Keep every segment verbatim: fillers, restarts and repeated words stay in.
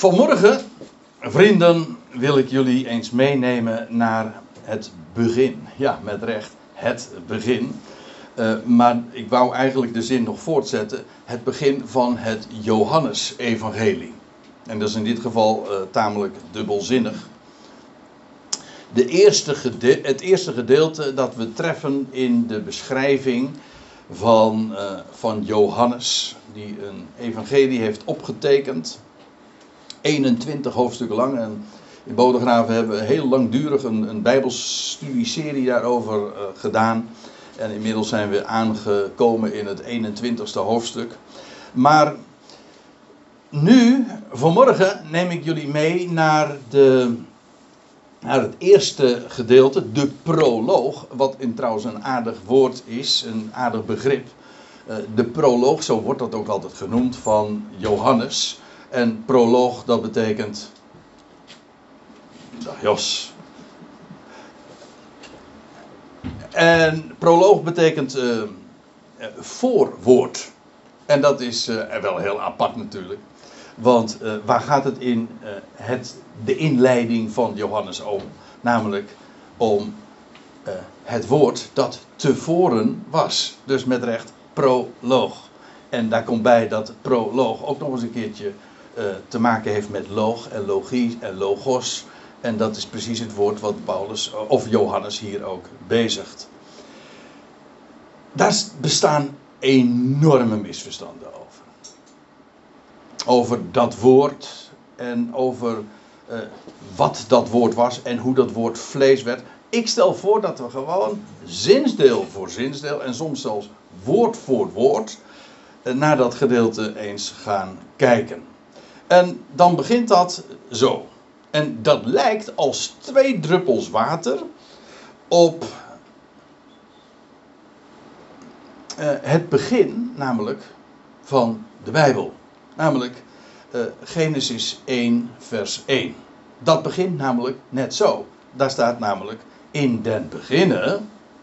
Vanmorgen, vrienden, wil ik jullie eens meenemen naar het begin. Ja, met recht, het begin. Uh, maar ik wou eigenlijk de zin nog voortzetten. Het begin van het Johannes-evangelie. En dat is in dit geval uh, tamelijk dubbelzinnig. De eerste gede- het eerste gedeelte dat we treffen in de beschrijving van, uh, van Johannes, die een evangelie heeft opgetekend. eenentwintig hoofdstukken lang. En in Bodegraven hebben we heel langdurig een, een bijbelstudieserie daarover uh, gedaan. En inmiddels zijn we aangekomen in het eenentwintigste hoofdstuk. Maar nu, vanmorgen, neem ik jullie mee naar, de, naar het eerste gedeelte, de proloog. Wat in trouwens een aardig woord is, een aardig begrip. Uh, de proloog, zo wordt dat ook altijd genoemd, van Johannes. En proloog, dat betekent... Dag Jos. En proloog betekent uh, voorwoord. En dat is uh, wel heel apart natuurlijk. Want uh, waar gaat het in uh, het, de inleiding van Johannes om? Namelijk om uh, het woord dat tevoren was. Dus met recht proloog. En daar komt bij dat proloog ook nog eens een keertje uh, te maken heeft met loog en logie en logos. En dat is precies het woord wat Paulus of Johannes hier ook bezigt. Daar bestaan enorme misverstanden over. Over dat woord en over uh, wat dat woord was en hoe dat woord vlees werd. Ik stel voor dat we gewoon zinsdeel voor zinsdeel en soms zelfs woord voor woord uh, naar dat gedeelte eens gaan kijken. En dan begint dat zo. En dat lijkt als twee druppels water op uh, het begin, namelijk van de Bijbel. Namelijk uh, Genesis één vers één. Dat begint namelijk net zo. Daar staat namelijk in den beginne.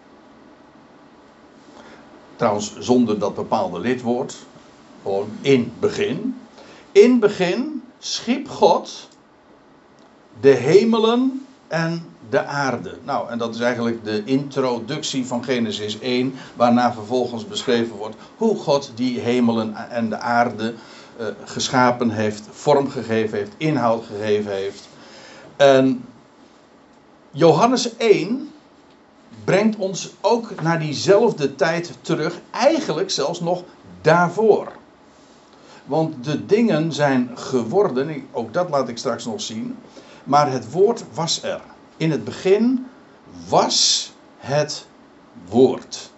Trouwens zonder dat bepaalde lidwoord. Gewoon in begin. In begin schiep God de hemelen en de aarde. Nou, en dat is eigenlijk de introductie van Genesis één, waarna vervolgens beschreven wordt hoe God die hemelen en de aarde uh, geschapen heeft, vorm gegeven heeft, inhoud gegeven heeft. En Johannes één brengt ons ook naar diezelfde tijd terug, eigenlijk zelfs nog daarvoor. Want de dingen zijn geworden, ook dat laat ik straks nog zien. Maar het woord was er. In het begin was het woord.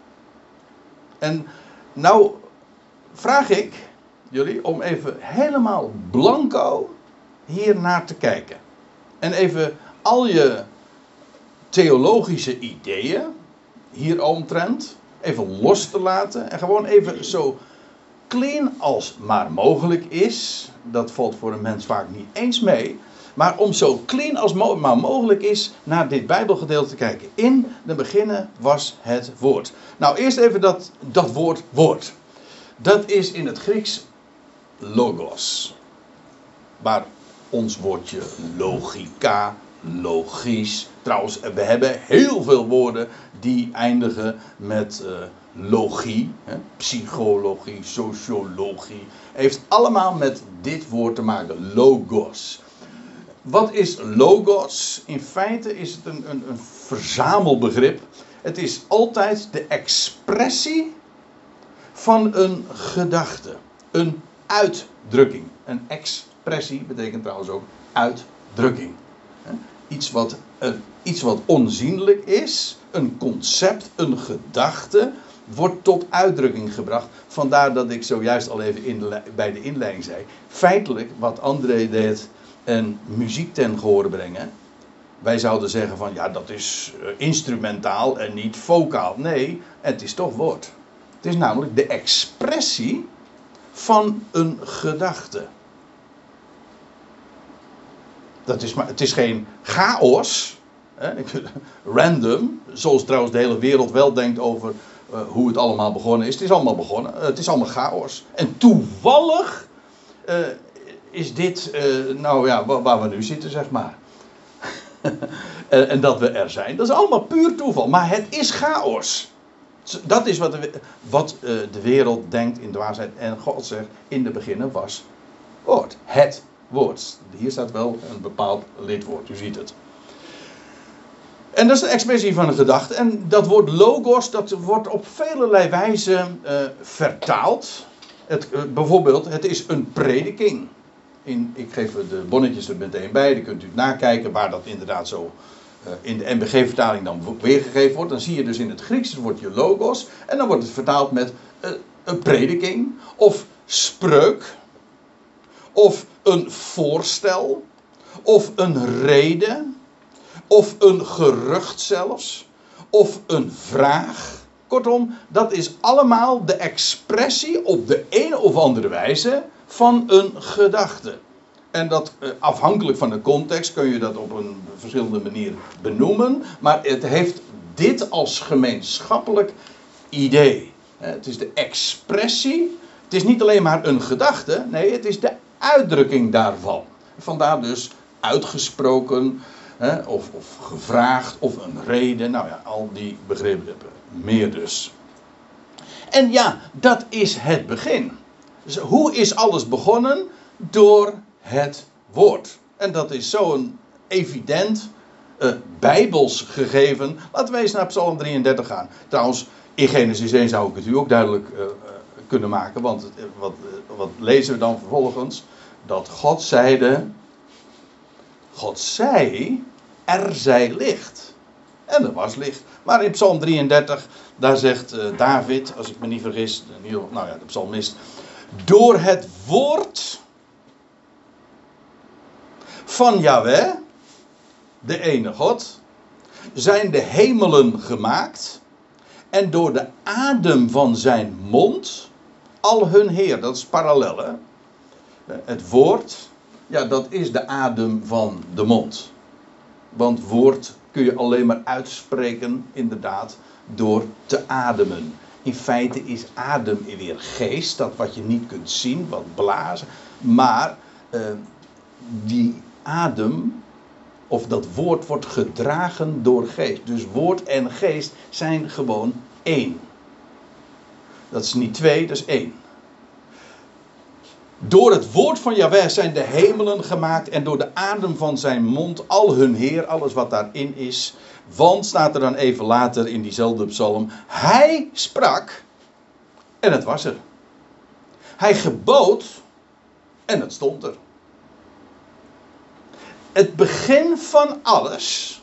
En nou vraag ik jullie om even helemaal blanco hier naar te kijken. En even al je theologische ideeën hieromtrent even los te laten. En gewoon even zo clean als maar mogelijk is. Dat valt voor een mens vaak niet eens mee. Maar om zo clean als mo- maar mogelijk is naar dit Bijbelgedeelte te kijken. In de beginnen was het woord. Nou, eerst even dat, dat woord woord. Dat is in het Grieks logos. Waar ons woordje logica, logisch. Trouwens, we hebben heel veel woorden die eindigen met uh, logie. Hè? Psychologie, sociologie. Heeft allemaal met dit woord te maken. Logos. Wat is logos? In feite is het een, een, een verzamelbegrip. Het is altijd de expressie van een gedachte. Een uitdrukking. Een expressie betekent trouwens ook uitdrukking. Iets wat, een, iets wat onzienlijk is, een concept, een gedachte, wordt tot uitdrukking gebracht. Vandaar dat ik zojuist al even in de, bij de inleiding zei. Feitelijk, wat André deed en muziek ten gehore brengen. Wij zouden zeggen van ja, dat is uh, instrumentaal en niet vocaal. Nee, het is toch woord. Het is namelijk de expressie van een gedachte. Dat is maar, het is geen chaos, hè, random, zoals trouwens de hele wereld wel denkt over uh, hoe het allemaal begonnen is. Het is allemaal begonnen, uh, het is allemaal chaos. En toevallig uh, is dit, uh, nou ja, waar, waar we nu zitten, zeg maar. en, en dat we er zijn. Dat is allemaal puur toeval. Maar het is chaos. Dat is wat de, wat, uh, de wereld denkt in dwaasheid. En God zegt, in de beginnen was woord. Het woord. Hier staat wel een bepaald lidwoord. U ziet het. En dat is de expressie van een gedachte. En dat woord logos, dat wordt op velelei wijzen uh, vertaald. Het, uh, bijvoorbeeld, het is een prediking. In, ik geef de bonnetjes er meteen bij. Dan kunt u nakijken waar dat inderdaad zo uh, in de N B G-vertaling dan weergegeven wordt. Dan zie je dus in het Grieks het woordje logos. En dan wordt het vertaald met uh, een prediking. Of spreuk. Of een voorstel. Of een reden. Of een gerucht zelfs. Of een vraag. Kortom, dat is allemaal de expressie op de een of andere wijze van een gedachte. En dat afhankelijk van de context kun je dat op een verschillende manier benoemen. Maar het heeft dit als gemeenschappelijk idee. Het is de expressie. Het is niet alleen maar een gedachte. Nee, het is de uitdrukking daarvan. Vandaar dus uitgesproken. Of, of gevraagd. Of een reden. Nou ja, al die begrippen. Meer dus. En ja, dat is het begin. Dus hoe is alles begonnen? Door het woord. En dat is zo'n evident uh, bijbels gegeven. Laten we eens naar Psalm drieëndertig gaan. Trouwens, in Genesis één zou ik het u ook duidelijk uh, uh, kunnen maken. Want uh, wat, uh, wat lezen we dan vervolgens? Dat God zeide... God zei, er zij licht. En er was licht. Maar in Psalm drieëndertig, daar zegt uh, David, als ik me niet vergis, nou ja, de psalmist, door het woord van Yahweh, de ene God, zijn de hemelen gemaakt en door de adem van zijn mond al hun Heer. Dat is parallel, hè? Het woord, ja, dat is de adem van de mond. Want woord kun je alleen maar uitspreken, inderdaad, door te ademen. In feite is adem weer geest, dat wat je niet kunt zien, wat blazen. Maar uh, die adem, of dat woord, wordt gedragen door geest. Dus woord en geest zijn gewoon één. Dat is niet twee, dat is één. Door het woord van Yahweh zijn de hemelen gemaakt en door de adem van zijn mond al hun Heer, alles wat daarin is. Want, staat er dan even later in diezelfde psalm, hij sprak en het was er. Hij gebood en het stond er. Het begin van alles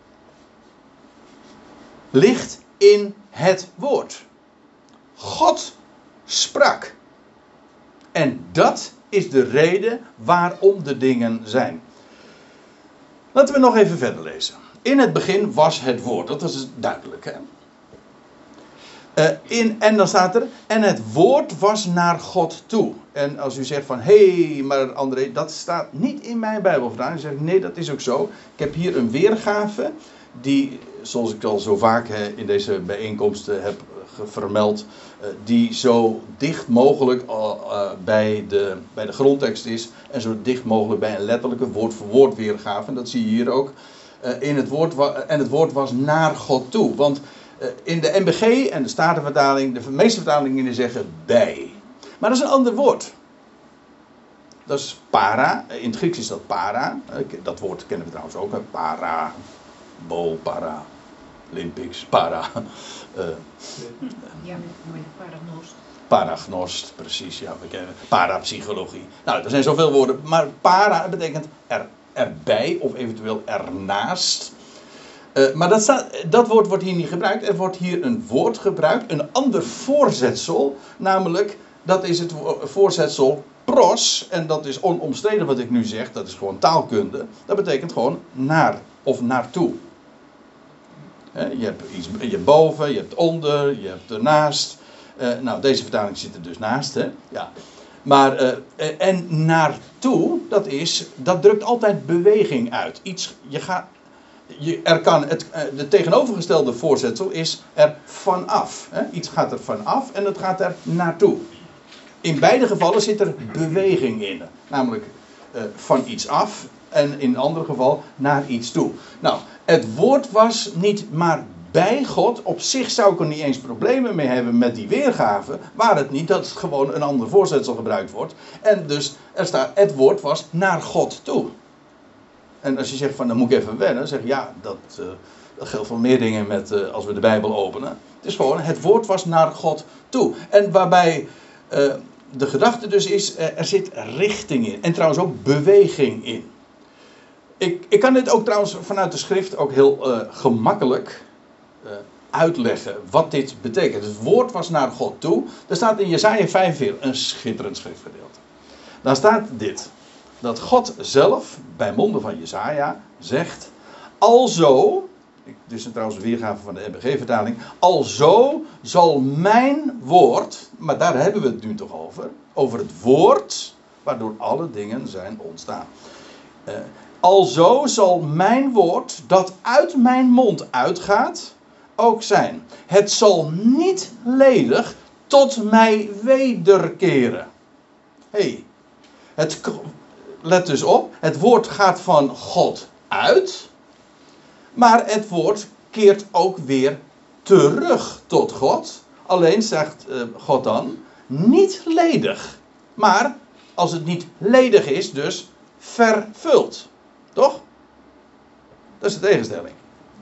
ligt in het woord. God sprak. En dat is de reden waarom de dingen zijn. Laten we nog even verder lezen. In het begin was het woord. Dat is duidelijk, hè? Uh, in, en dan staat er, en het woord was naar God toe. En als u zegt van, hé, hey, maar André, dat staat niet in mijn Bijbelvertaling. Dan zeg ik, nee, dat is ook zo. Ik heb hier een weergave, die, zoals ik al zo vaak he, in deze bijeenkomsten heb vermeld, uh, die zo dicht mogelijk uh, uh, bij, de, bij de grondtekst is. En zo dicht mogelijk bij een letterlijke woord-voor-woord weergave. En dat zie je hier ook. Uh, in het woord wa- en het woord was naar God toe. Want uh, in de N B G en de Statenvertaling, de meeste vertalingen zeggen bij. Maar dat is een ander woord. Dat is para. In het Grieks is dat para. Dat woord kennen we trouwens ook. Hè? Para. Bo, para. Olympics, para. Uh, ja, mooi. Paragnost. Paragnost, precies. Ja, we kennen parapsychologie. Nou, er zijn zoveel woorden. Maar para betekent er, erbij of eventueel ernaast. Uh, maar dat, staat, dat woord wordt hier niet gebruikt. Er wordt hier een woord gebruikt. Een ander voorzetsel. Namelijk, dat is het voorzetsel pros. En dat is onomstreden wat ik nu zeg. Dat is gewoon taalkunde. Dat betekent gewoon naar of naartoe. Je hebt iets je hebt boven, je hebt onder, je hebt ernaast. Uh, nou, deze vertaling zit er dus naast. Hè? Ja. Maar, uh, en naartoe, dat is, dat drukt altijd beweging uit. Iets, je gaat, je, er kan het, uh, de tegenovergestelde voorzetsel is er vanaf. Hè? Iets gaat er vanaf en het gaat er naartoe. in beide gevallen zit er beweging in. Namelijk uh, van iets af en in een ander geval naar iets toe. Nou, het woord was niet maar bij God. Op zich zou ik er niet eens problemen mee hebben met die weergave. Waar het niet dat het gewoon een ander voorzetsel gebruikt wordt. En dus er staat, het woord was naar God toe. En als je zegt van, dan moet ik even wennen. Zeg ja, dat, uh, dat geldt voor meer dingen met, uh, als we de Bijbel openen. Het is gewoon, het woord was naar God toe. En waarbij uh, de gedachte dus is, uh, er zit richting in. En trouwens ook beweging in. Ik, ik kan dit ook trouwens vanuit de schrift ook heel uh, gemakkelijk uh, uitleggen wat dit betekent. Het woord was naar God toe. Er staat in Jesaja vijfenveertig een schitterend schriftgedeelte. Daar staat dit. Dat God zelf, bij monden van Jesaja, zegt, alzo, dit is trouwens een weergave van de N B G-vertaling, alzo zal mijn woord, maar daar hebben we het nu toch over, over het woord, waardoor alle dingen zijn ontstaan. Uh, alzo zal mijn woord, dat uit mijn mond uitgaat, ook zijn. Het zal niet ledig tot mij wederkeren. Hé, hey, het... Let dus op, het woord gaat van God uit, maar het woord keert ook weer terug tot God. Alleen zegt uh, God dan, niet ledig, maar als het niet ledig is, dus vervuld. Toch? Dat is de tegenstelling.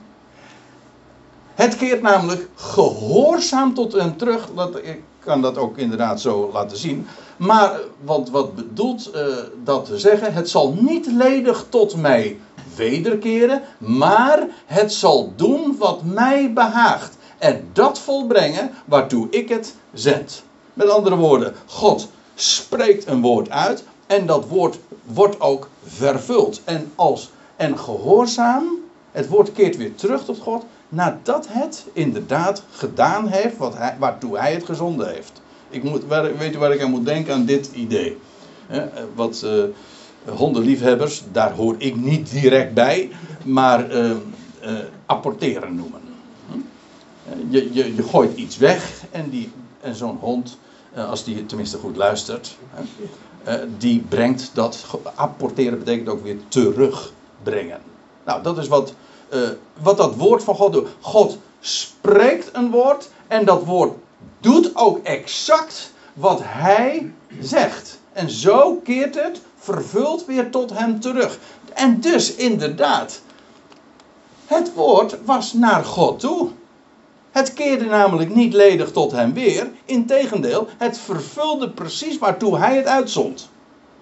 Het keert namelijk gehoorzaam tot hem terug. Ik kan dat ook inderdaad zo laten zien. Maar want wat bedoelt uh, dat te zeggen? Het zal niet ledig tot mij wederkeren. Maar het zal doen wat mij behaagt. En dat volbrengen waartoe ik het zend. Met andere woorden, God spreekt een woord uit. En dat woord wordt ook vervuld. En, als, en gehoorzaam. Het woord keert weer terug tot God. Nadat het inderdaad gedaan heeft wat hij, waartoe hij het gezonden heeft. Ik moet, weet u waar ik aan moet denken? Aan dit idee. He, wat uh, hondenliefhebbers, daar hoor ik niet direct bij, maar uh, uh, apporteren noemen. Hm? Je, je, je gooit iets weg en, die, en zo'n hond, uh, als die tenminste goed luistert, uh, die brengt dat. Apporteren betekent ook weer terugbrengen. Nou, dat is wat... Uh, wat dat woord van God doet. God spreekt een woord en dat woord doet ook exact wat hij zegt. En zo keert het vervuld weer tot hem terug. En dus inderdaad, het woord was naar God toe. Het keerde namelijk niet ledig tot hem weer. Integendeel, het vervulde precies waartoe hij het uitzond.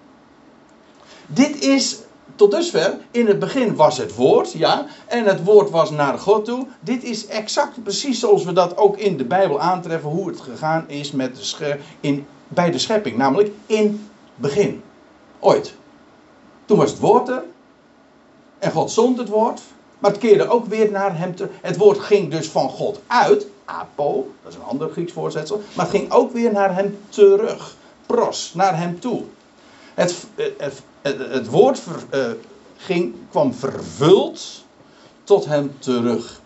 Dit is... Tot dusver, in het begin was het woord, ja, en het woord was naar God toe. Dit is exact precies zoals we dat ook in de Bijbel aantreffen, hoe het gegaan is met de sche- in, bij de schepping. Namelijk in begin. Ooit. Toen was het woord er, en God zond het woord, maar het keerde ook weer naar hem terug. Het woord ging dus van God uit, apo, dat is een ander Grieks voorzetsel, maar het ging ook weer naar hem terug. Pros, naar hem toe. Het, het, het, het woord ver, uh, ging, kwam vervuld tot hem terug.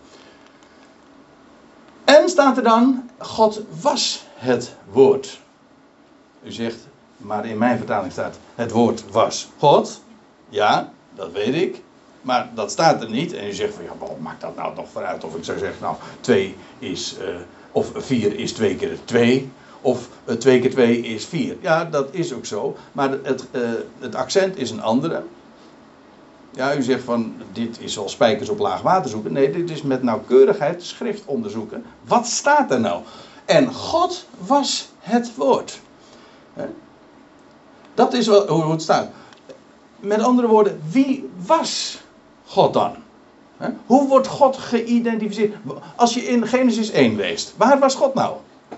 En staat er dan, God was het woord. U zegt, maar in mijn vertaling staat, het woord was God. Ja, dat weet ik. Maar dat staat er niet. En u zegt van, ja, wat maakt dat nou nog vooruit? Of ik zou zeggen, nou, twee is, uh, of vier is twee keer twee. Of uh, twee keer twee is vier. Ja, dat is ook zo. Maar het, uh, het accent is een andere. Ja, u zegt van, dit is al spijkers op laag water zoeken. Nee, dit is met nauwkeurigheid de schrift onderzoeken. Wat staat er nou? En God was het woord. He? Dat is wel hoe het staat. Met andere woorden, wie was God dan? He? Hoe wordt God geïdentificeerd? Als je in Genesis één leest, waar was God nou?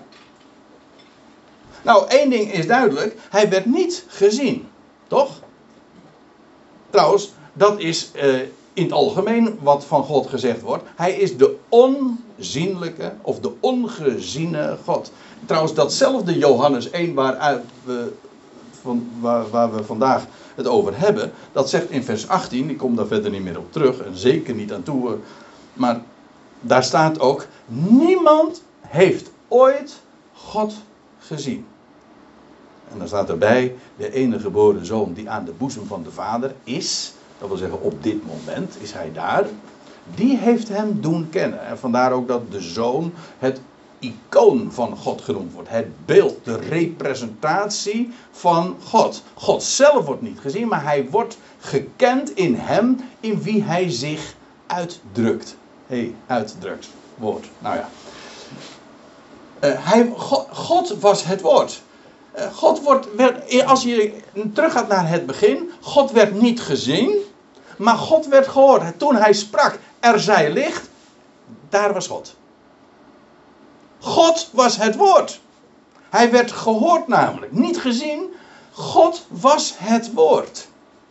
Nou, één ding is duidelijk. Hij werd niet gezien. Toch? Trouwens, dat is uh, in het algemeen wat van God gezegd wordt. Hij is de onzienlijke of de ongeziene God. Trouwens, datzelfde Johannes één waar we, van, waar, waar we vandaag het over hebben. Dat zegt in vers achttien. Ik kom daar verder niet meer op terug. En zeker niet aan toe. Uh, maar daar staat ook. Niemand heeft ooit God gezien. En dan staat erbij, de enige geboren zoon die aan de boezem van de vader is, dat wil zeggen op dit moment is hij daar, die heeft hem doen kennen. En vandaar ook dat de zoon het icoon van God genoemd wordt. Het beeld, de representatie van God. God zelf wordt niet gezien, maar hij wordt gekend in hem, in wie hij zich uitdrukt. Hé, hey, uitdrukt. Woord. Nou ja. Uh, hij, God, God was het woord. Uh, God wordt, werd, als je teruggaat naar het begin, God werd niet gezien, maar God werd gehoord. Toen hij sprak, er zij licht, daar was God. God was het woord. Hij werd gehoord namelijk, niet gezien. God was het woord.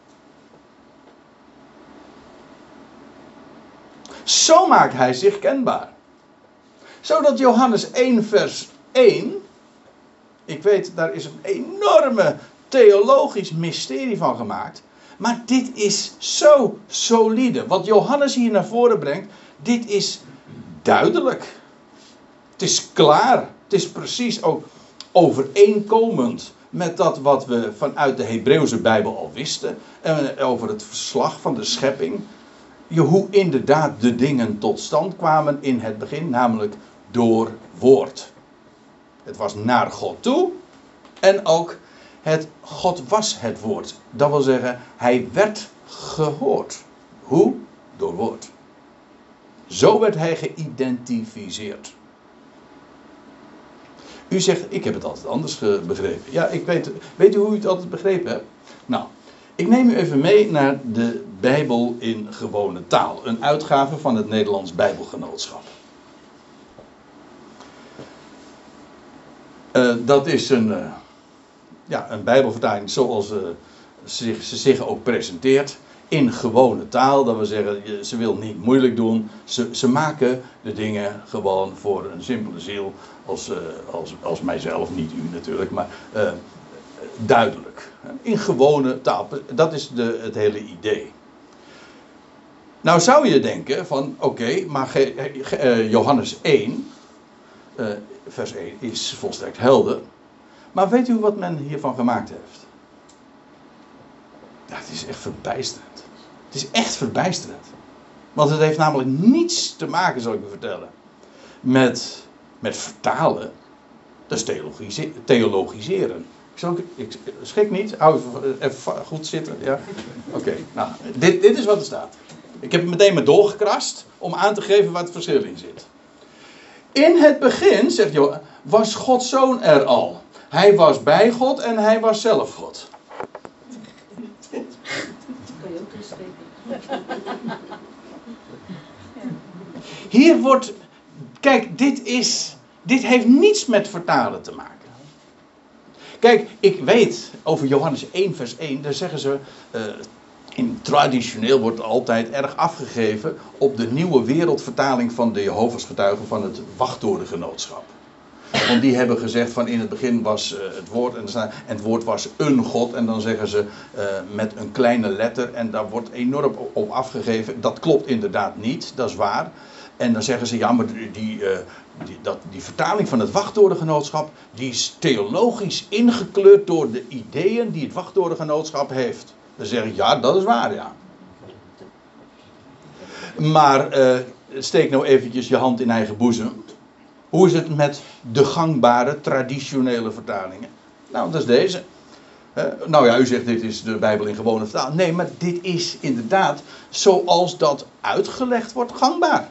Zo maakt hij zich kenbaar. Zodat Johannes één vers één, ik weet, daar is een enorme theologisch mysterie van gemaakt. Maar dit is zo solide. Wat Johannes hier naar voren brengt, dit is duidelijk. Het is klaar. Het is precies ook overeenkomend met dat wat we vanuit de Hebreeuwse Bijbel al wisten. En over het verslag van de schepping. Hoe inderdaad de dingen tot stand kwamen in het begin, namelijk door woord. Het was naar God toe en ook het God was het woord. Dat wil zeggen, hij werd gehoord. Hoe? Door woord. Zo werd hij geïdentificeerd. U zegt, ik heb het altijd anders begrepen. Ja, ik weet, weet u hoe u het altijd begrepen hebt? Nou, ik neem u even mee naar de Bijbel in gewone taal. Een uitgave van het Nederlands Bijbelgenootschap. Uh, dat is een, uh, ja, een Bijbelvertaling zoals uh, zich, ze zich ook presenteert. In gewone taal, dat wil zeggen, ze wil niet moeilijk doen. Ze, ze maken de dingen gewoon voor een simpele ziel als, uh, als, als mijzelf, niet u natuurlijk, maar uh, duidelijk. In gewone taal, dat is de, het hele idee. Nou zou je denken van, oké, okay, maar ge, ge, uh, Johannes één, uh, vers één is volstrekt helder. Maar weet u wat men hiervan gemaakt heeft? Ja, het is echt verbijsterend. Het is echt verbijsterend. Want het heeft namelijk niets te maken, zal ik u vertellen, met, met vertalen. Dat is theologise- theologiseren. Ik, zal, ik schrik niet, hou even, even goed zitten. Ja? Oké, okay, nou, dit, dit is wat er staat. Ik heb het meteen maar doorgekrast om aan te geven waar het verschil in zit. In het begin, zegt Johannes, was Gods Zoon er al. Hij was bij God en hij was zelf God. Hier wordt, kijk, dit is, dit heeft niets met vertalen te maken. Kijk, ik weet over Johannes één vers één, daar zeggen ze, uh, in traditioneel wordt altijd erg afgegeven op de nieuwe wereldvertaling van de Jehovah's getuigen van het Wachttorengenootschap. Want die hebben gezegd van in het begin was uh, het woord en, en het woord was een God. En dan zeggen ze uh, met een kleine letter en daar wordt enorm op, op afgegeven. Dat klopt inderdaad niet, dat is waar. En dan zeggen ze ja, maar die, die, uh, die, dat, die vertaling van het Wachttorengenootschap die is theologisch ingekleurd door de ideeën die het Wachttorengenootschap heeft. Dan zeg ik ja, dat is waar, ja. Maar uh, steek nou eventjes je hand in eigen boezem. Hoe is het met de gangbare, traditionele vertalingen? Nou, dat is deze. Uh, nou ja, u zegt dit is de Bijbel in gewone vertaling. Nee, maar dit is inderdaad zoals dat uitgelegd wordt gangbaar.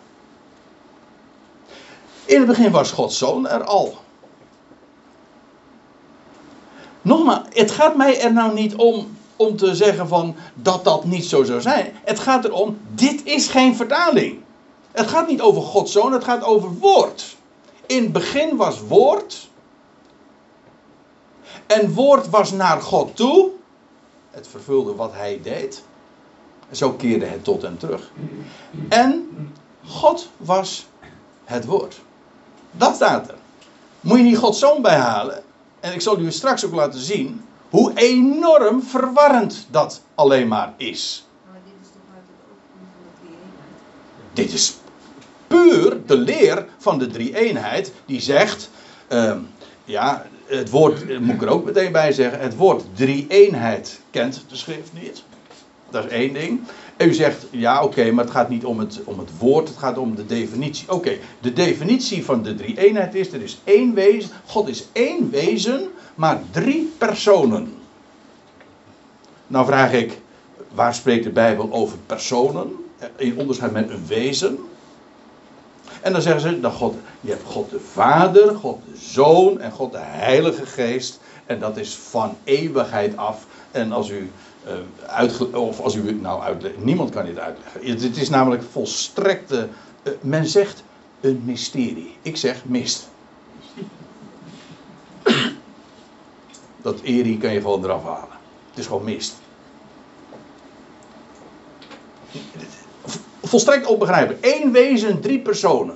In het begin was Gods Zoon er al. Nogmaals, het gaat mij er nou niet om, om te zeggen van dat dat niet zo zou zijn. Het gaat erom, dit is geen vertaling. Het gaat niet over Gods Zoon, het gaat over woord. In het begin was woord. En woord was naar God toe. Het vervulde wat hij deed. Zo keerde het tot hem terug. En God was het woord. Dat staat er. Moet je niet Gods Zoon bijhalen. En ik zal u straks ook laten zien hoe enorm verwarrend dat alleen maar is. Maar dit is toch uit het oogpunt van de drie-eenheid? Dit is puur de leer van de drie-eenheid die zegt, uh, ja, het woord, moet ik er ook meteen bij zeggen, het woord drie-eenheid kent de schrift niet. Dat is één ding. En u zegt, ja oké, okay, maar het gaat niet om het, om het woord, het gaat om de definitie. Oké, okay, de definitie van de drie-eenheid is, er is één wezen, God is één wezen, maar drie personen. Nou vraag ik, waar spreekt de Bijbel over personen? In onderscheid met een wezen. En dan zeggen ze, dat God, je hebt God de Vader, God de Zoon en God de Heilige Geest. En dat is van eeuwigheid af. En als u, uh, uitge- of als u nou uitlegt, niemand kan dit uitleggen. Het is namelijk volstrekte, uh, men zegt een mysterie. Ik zeg mist. Dat erie kan je gewoon eraf halen. Het is gewoon mist. Volstrekt onbegrijpelijk. Eén wezen, drie personen.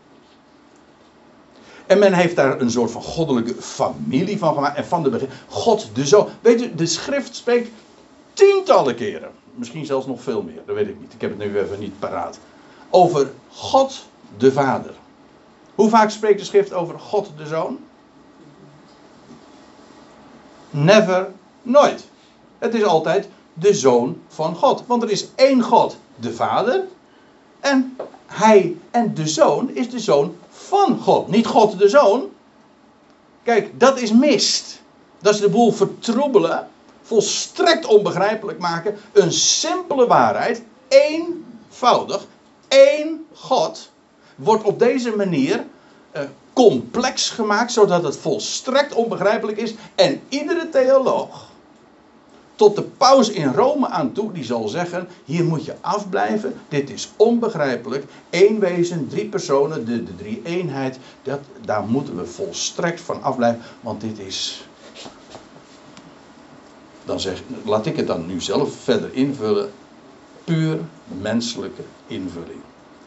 En men heeft daar een soort van goddelijke familie van gemaakt. En van de begin. God de Zoon. Weet u, de schrift spreekt tientallen keren. Misschien zelfs nog veel meer. Dat weet ik niet. Ik heb het nu even niet paraat. Over God de Vader. Hoe vaak spreekt de schrift over God de Zoon? Never. Nooit. Het is altijd de Zoon van God. Want er is één God. De Vader. En hij en de Zoon is de Zoon van God. Niet God de Zoon. Kijk, dat is mist. Dat is de boel vertroebelen. Volstrekt onbegrijpelijk maken. Een simpele waarheid. Eenvoudig. Één God. Wordt op deze manier uh, complex gemaakt. Zodat het volstrekt onbegrijpelijk is. En iedere theoloog. Tot de paus in Rome aan toe, die zal zeggen, hier moet je afblijven, dit is onbegrijpelijk, één wezen, drie personen, de, de drie eenheid, dat, daar moeten we volstrekt van afblijven, want dit is, dan zeg, laat ik het dan nu zelf verder invullen, puur menselijke invulling.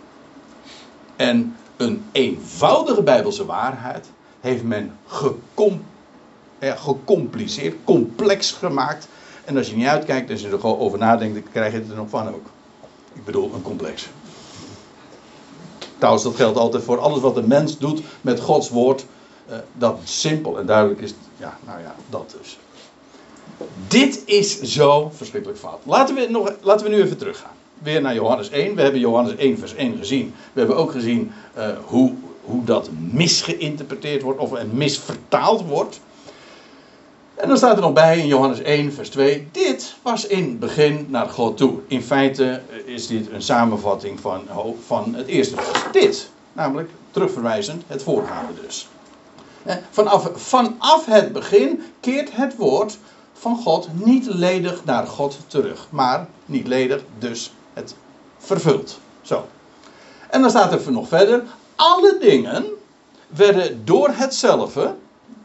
En een eenvoudige Bijbelse waarheid heeft men gecom, ja, gecompliceerd, complex gemaakt. En als je niet uitkijkt en je er gewoon over nadenkt, dan krijg je het er nog van ook. Ik bedoel, een complex. Trouwens, dat geldt altijd voor alles wat een mens doet met Gods woord. Uh, dat simpel en duidelijk is. Ja, nou ja, dat dus. Dit is zo verschrikkelijk fout. Laten we, nog, laten we nu even teruggaan. Weer naar Johannes één. We hebben Johannes één vers één gezien. We hebben ook gezien uh, hoe, hoe dat misgeïnterpreteerd wordt of misvertaald wordt. En dan staat er nog bij in Johannes één vers twee. Dit was in het begin naar God toe. In feite is dit een samenvatting van, van het eerste vers. Dit, namelijk terugverwijzend het voorgaande dus. Vanaf, vanaf het begin keert het woord van God niet ledig naar God terug. Maar niet ledig, dus het vervult. Zo. En dan staat er nog verder. Alle dingen werden door hetzelfde...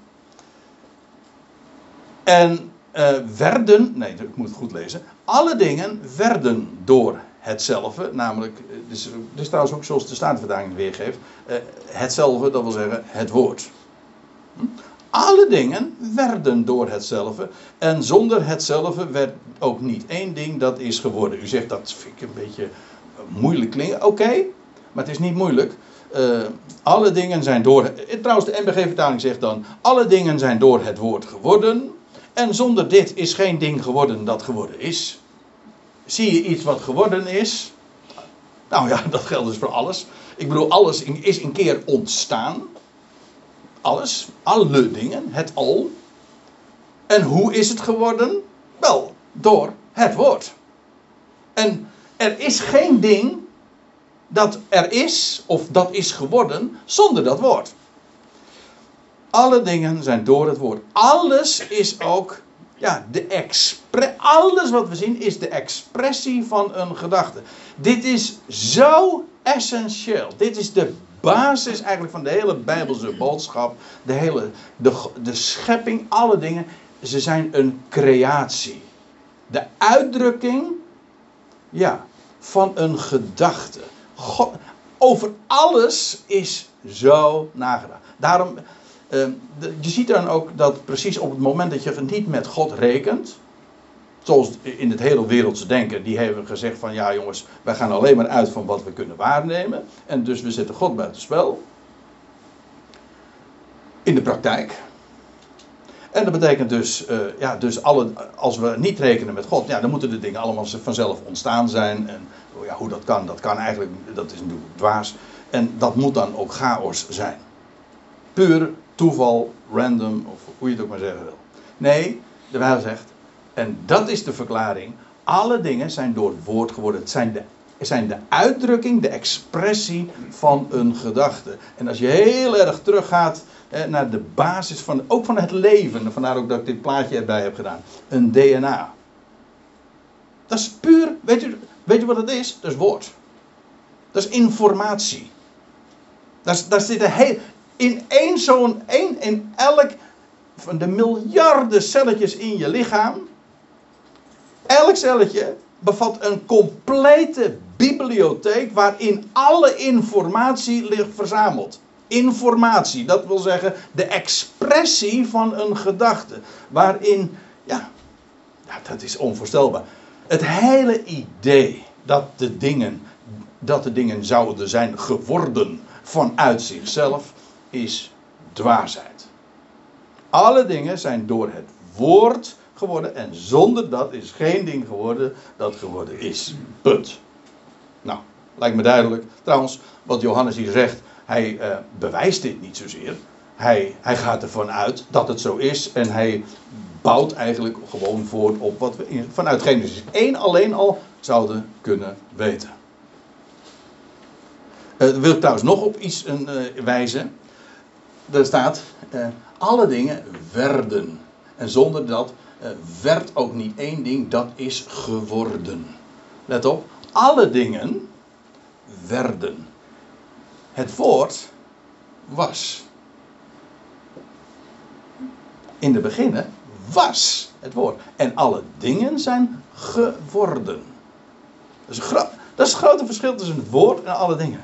En uh, werden, nee, ik moet het goed lezen. Alle dingen werden door hetzelfde, namelijk, dus, dit is trouwens ook zoals de Statenvertaling weergeeft, uh, hetzelfde, dat wil zeggen het woord. Hm? Alle dingen werden door hetzelfde en zonder hetzelfde werd ook niet één ding dat is geworden. U zegt dat vind ik een beetje moeilijk klinken. Oké, okay, maar het is niet moeilijk. Uh, alle dingen zijn door, trouwens de N B G-vertaling zegt dan, alle dingen zijn door het woord geworden. En zonder dit is geen ding geworden dat geworden is. Zie je iets wat geworden is? Nou ja, dat geldt dus voor alles. Ik bedoel, alles is een keer ontstaan. Alles, alle dingen, het al. En hoe is het geworden? Wel, door het woord. En er is geen ding dat er is, of dat is geworden, zonder dat woord. Alle dingen zijn door het woord. Alles is ook, ja, de expre- alles wat we zien is de expressie van een gedachte. Dit is zo essentieel. Dit is de basis eigenlijk van de hele Bijbelse boodschap. De hele, de, de schepping, alle dingen, ze zijn een creatie. De uitdrukking, ja, van een gedachte. God, over alles is zo nagedacht. Daarom... Uh, de, je ziet dan ook dat precies op het moment dat je niet met God rekent, zoals in het hele wereldse denken, die hebben gezegd van ja jongens, wij gaan alleen maar uit van wat we kunnen waarnemen en dus we zetten God buitenspel. In de praktijk En dat betekent dus, uh, ja, dus alle, als we niet rekenen met God, ja, dan moeten de dingen allemaal vanzelf ontstaan zijn. En ja, hoe dat kan, dat kan eigenlijk, dat is natuurlijk dwaas. En dat moet dan ook chaos zijn. Puur toeval, random, of hoe je het ook maar zeggen wil. Nee, de Bijbel zegt, en dat is de verklaring, alle dingen zijn door het woord geworden. Het zijn de, zijn de uitdrukking, de expressie van een gedachte. En als je heel erg teruggaat eh, naar de basis van, ook van het leven, vandaar ook dat ik dit plaatje erbij heb gedaan, een D N A. Dat is puur, weet je, weet je wat het is? Dat is woord. Dat is informatie. Daar, daar zit een heel, in één zo'n, één, in elk van de miljarden celletjes in je lichaam, elk celletje bevat een complete bibliotheek waarin alle informatie ligt verzameld. Informatie, dat wil zeggen de expressie van een gedachte. Waarin, ja, ja, dat is onvoorstelbaar. Het hele idee dat de dingen, dat de dingen zouden zijn geworden vanuit zichzelf, is dwaasheid. Alle dingen zijn door het woord geworden en zonder dat is geen ding geworden dat geworden is. Punt. Nou, lijkt me duidelijk. Trouwens, wat Johannes hier zegt, hij uh, bewijst dit niet zozeer. Hij, hij gaat ervan uit dat het zo is en hij bouwt eigenlijk gewoon voort op wat we in, vanuit Genesis één alleen al zouden kunnen weten. Uh, wil ik trouwens nog op iets uh, wijzen. Er staat, uh, alle dingen werden. En zonder dat uh, werd ook niet één ding, dat is geworden. Let op, alle dingen werden. Het woord was. In de beginnen was het woord. En alle dingen zijn geworden. Dat is, een gro- dat is het grote verschil tussen het woord en alle dingen.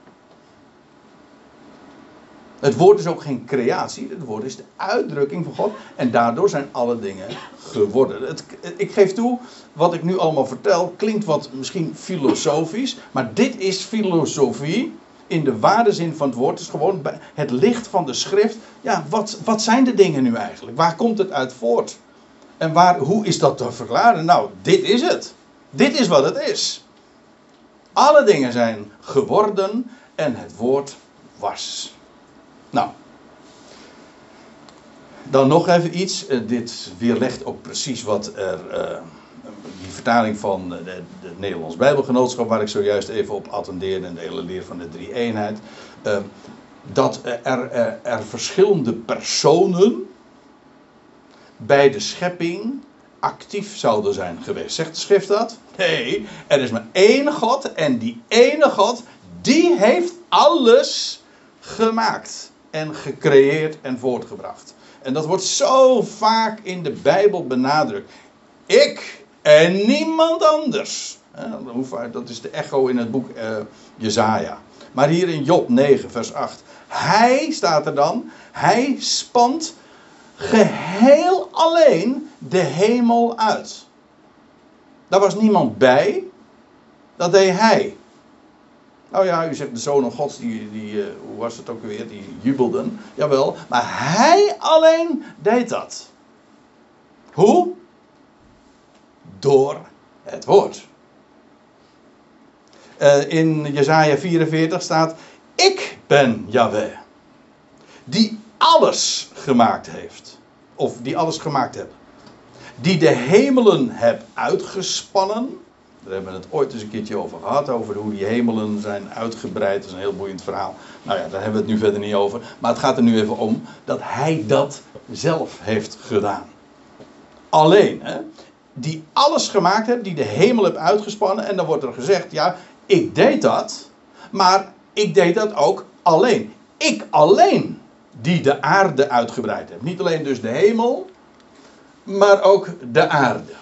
Het woord is ook geen creatie. Het woord is de uitdrukking van God. En daardoor zijn alle dingen geworden. Het, ik geef toe, wat ik nu allemaal vertel, klinkt wat misschien filosofisch. Maar dit is filosofie in de ware zin van het woord. Het is gewoon het licht van de schrift. Ja, wat, wat zijn de dingen nu eigenlijk? Waar komt het uit voort? En waar, hoe is dat te verklaren? Nou, dit is het. Dit is wat het is. Alle dingen zijn geworden en het woord was. Nou, dan nog even iets. Uh, dit weerlegt ook precies wat er, uh, die vertaling van de, de, de Nederlands Bijbelgenootschap, waar ik zojuist even op attendeerde, en de hele leer van de drie-eenheid. Uh, dat er, er, er verschillende personen bij de schepping actief zouden zijn geweest. Zegt de schrift dat? Nee, er is maar één God en die ene God, die heeft alles gemaakt. En gecreëerd en voortgebracht. En dat wordt zo vaak in de Bijbel benadrukt. Ik en niemand anders. Dat is de echo in het boek uh, Jesaja. Maar hier in Job negen vers acht. Hij staat er dan. Hij spant geheel alleen de hemel uit. Daar was niemand bij. Dat deed hij. Nou ja, u zegt de zonen gods, die, die uh, hoe was het ook weer, die jubelden. Jawel, maar hij alleen deed dat. Hoe? Door het woord. Uh, in Jesaja vierenveertig staat, ik ben Yahweh. Die alles gemaakt heeft. Of die alles gemaakt heeft. Die de hemelen heb uitgespannen. Daar hebben we het ooit eens een keertje over gehad. Over hoe die hemelen zijn uitgebreid. Dat is een heel boeiend verhaal. Nou ja, daar hebben we het nu verder niet over. Maar het gaat er nu even om dat hij dat zelf heeft gedaan. Alleen, hè, die alles gemaakt heeft. Die de hemel heeft uitgespannen. En dan wordt er gezegd, ja, ik deed dat. Maar ik deed dat ook alleen. Ik alleen die de aarde uitgebreid heb. Niet alleen dus de hemel. Maar ook de aarde.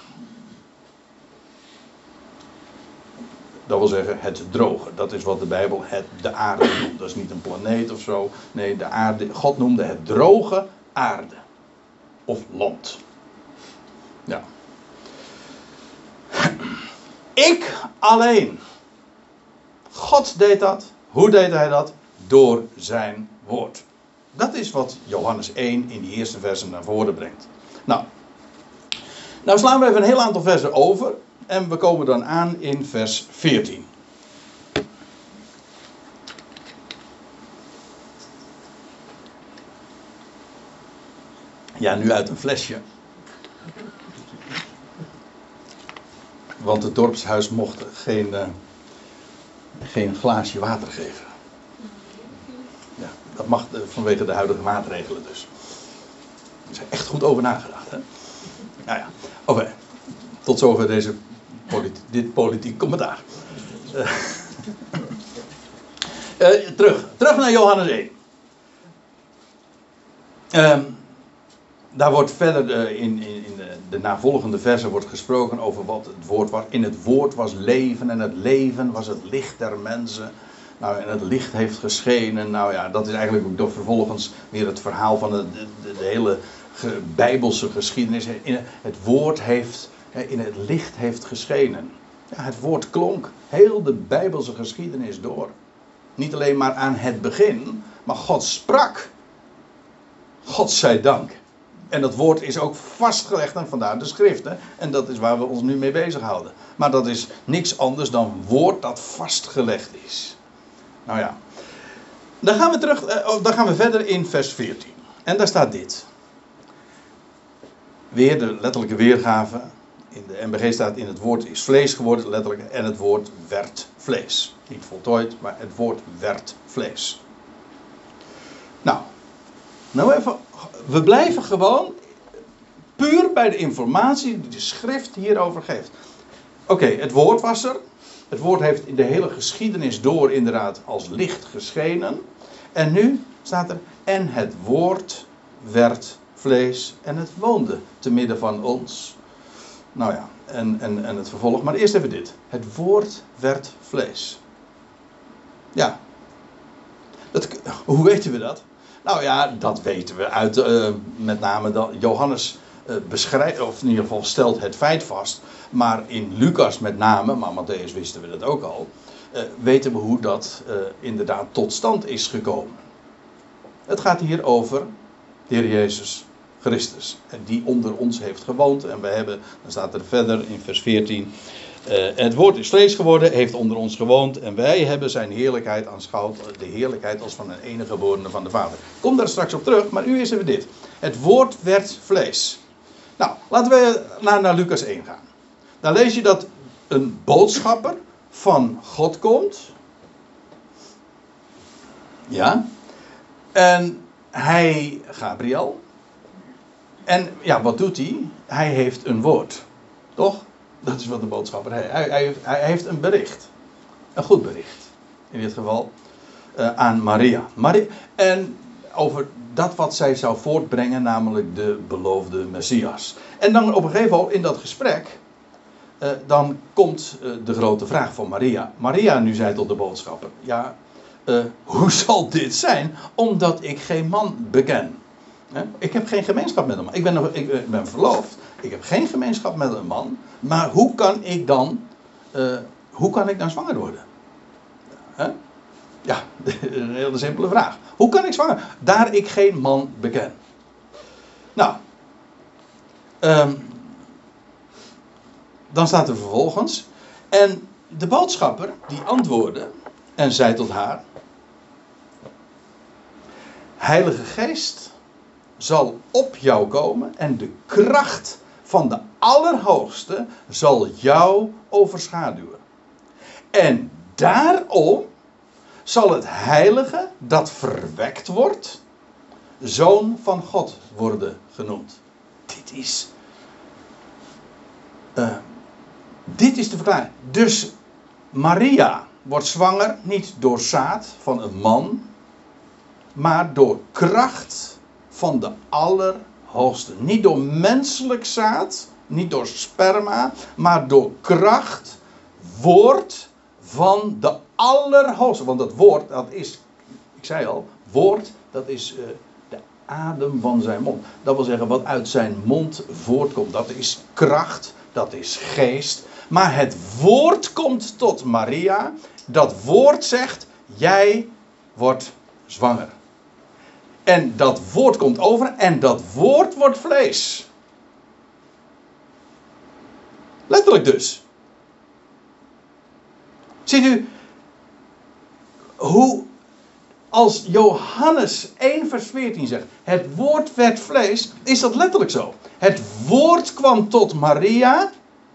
Dat wil zeggen het droge. Dat is wat de Bijbel het, de aarde noemt. Dat is niet een planeet of zo. Nee, de aarde. God noemde het droge aarde. Of land. Ja. Ik alleen. God deed dat. Hoe deed hij dat? Door zijn woord. Dat is wat Johannes één in die eerste versen naar voren brengt. Nou, nou slaan we even een heel aantal versen over. En we komen dan aan in vers veertien. Ja, nu uit een flesje. Want het dorpshuis mocht geen, uh, geen glaasje water geven. Ja, dat mag uh, vanwege de huidige maatregelen dus. Er is echt goed over nagedacht, hè? Nou ja, oké. Okay. Tot zover deze politi- dit politiek commentaar. Uh, uh, terug. Terug naar Johannes één. Uh, Daar wordt verder uh, in, in, in de, de navolgende versen wordt gesproken over wat het woord was. In het woord was leven en het leven was het licht der mensen. Nou, en het licht heeft geschenen. Nou ja, dat is eigenlijk ook door vervolgens weer het verhaal van de, de, de hele ge, Bijbelse geschiedenis. In het woord heeft, in het licht heeft geschenen. Ja, het woord klonk heel de Bijbelse geschiedenis door. Niet alleen maar aan het begin, maar God sprak. God zij dank. En dat woord is ook vastgelegd en vandaar de schriften. En dat is waar we ons nu mee bezighouden. Maar dat is niks anders dan woord dat vastgelegd is. Nou ja. Dan gaan we terug, eh, dan gaan we verder in vers veertien. En daar staat dit. Weer de letterlijke weergave. In de M B G staat in het woord is vlees geworden, letterlijk. En het woord werd vlees. Niet voltooid, maar het woord werd vlees. Nou. Nou even, we blijven gewoon puur bij de informatie die de schrift hierover geeft. Oké, okay, het woord was er. Het woord heeft in de hele geschiedenis door inderdaad als licht geschenen. En nu staat er, en het woord werd vlees en het woonde te midden van ons. Nou ja, en, en, en het vervolg. Maar eerst even dit. Het woord werd vlees. Ja. Dat, hoe weten we dat? Nou ja, dat weten we uit uh, met name dat Johannes uh, beschrijft, of in ieder geval stelt het feit vast. Maar in Lucas met name, maar Matthäus wisten we dat ook al, uh, weten we hoe dat uh, inderdaad tot stand is gekomen. Het gaat hier over de Heer Jezus Christus, die onder ons heeft gewoond. En we hebben, dan staat er verder in vers veertien... Uh, het woord is vlees geworden, heeft onder ons gewoond en wij hebben zijn heerlijkheid aanschouwd, de heerlijkheid als van een enige geborene van de Vader. Ik kom daar straks op terug, maar u is even dit. Het woord werd vlees. Nou, laten we naar, naar Lucas één gaan. Daar lees je dat een boodschapper van God komt. Ja. En hij, Gabriel. En ja, wat doet hij? Hij heeft een woord. Toch? Dat is wat de boodschapper heeft. Hij, hij, hij heeft een bericht. Een goed bericht. In dit geval. Uh, aan Maria. Maria. En over dat wat zij zou voortbrengen. Namelijk de beloofde Messias. En dan op een gegeven moment in dat gesprek. Uh, dan komt uh, de grote vraag van Maria. Maria nu zei tot de boodschapper. Ja. Uh, hoe zal dit zijn? Omdat ik geen man beken. He? Ik heb geen gemeenschap met een man. Ik ben, nog, ik ben verloofd. Ik heb geen gemeenschap met een man. Maar hoe kan ik dan... Uh, hoe kan ik dan zwanger worden? He? Ja, een hele simpele vraag. Hoe kan ik zwanger? Daar ik geen man beken. Nou. Um, dan staat er vervolgens. En de boodschapper die antwoordde. En zei tot haar. Heilige Geest zal op jou komen. En de kracht van de Allerhoogste zal jou overschaduwen. En daarom zal het heilige dat verwekt wordt, Zoon van God worden genoemd. Dit is... Uh, dit is de verklaring. Dus Maria wordt zwanger niet door zaad van een man, maar door kracht van de Allerhoogste. Niet door menselijk zaad, niet door sperma, maar door kracht, woord van de Allerhoogste. Want dat woord, dat is, ik zei al, woord, dat is uh, de adem van zijn mond. Dat wil zeggen, wat uit zijn mond voortkomt. Dat is kracht, dat is geest. Maar het woord komt tot Maria. Dat woord zegt, jij wordt zwanger. En dat woord komt over en dat woord wordt vlees. Letterlijk dus. Ziet u, hoe als Johannes één vers veertien zegt, het woord werd vlees, is dat letterlijk zo. Het woord kwam tot Maria.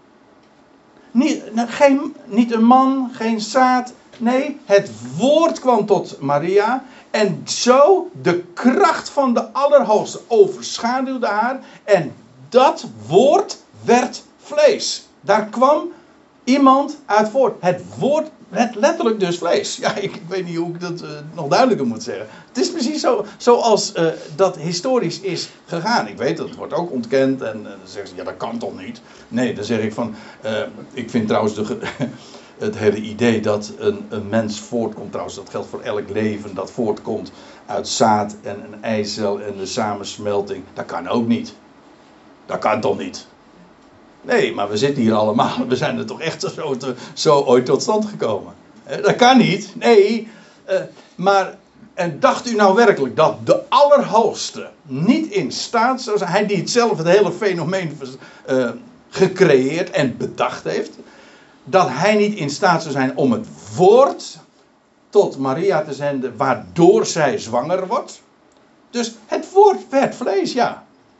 Niet, geen, niet een man, geen zaad. Nee, het woord kwam tot Maria. En zo de kracht van de Allerhoogste overschaduwde haar. En dat woord werd vlees. Daar kwam iemand uit voort. Het woord werd letterlijk dus vlees. Ja, ik, ik weet niet hoe ik dat uh, nog duidelijker moet zeggen. Het is precies zo, zoals uh, dat historisch is gegaan. Ik weet dat het wordt ook ontkend. En uh, dan zeggen ze, ja dat kan toch niet. Nee, dan zeg ik van, uh, ik vind trouwens de... Het hele idee dat een, een mens voortkomt, trouwens dat geldt voor elk leven, dat voortkomt uit zaad en een eicel en de samensmelting. Dat kan ook niet. Dat kan toch niet? Nee, maar we zitten hier allemaal. We zijn er toch echt zo, te, zo ooit tot stand gekomen. Dat kan niet. Nee. Uh, maar, en dacht u nou werkelijk dat de Allerhoogste niet in staat zou zijn, hij die het zelf het hele fenomeen uh, gecreëerd en bedacht heeft, dat hij niet in staat zou zijn om het woord tot Maria te zenden, waardoor zij zwanger wordt. Dus het woord werd vlees, ja.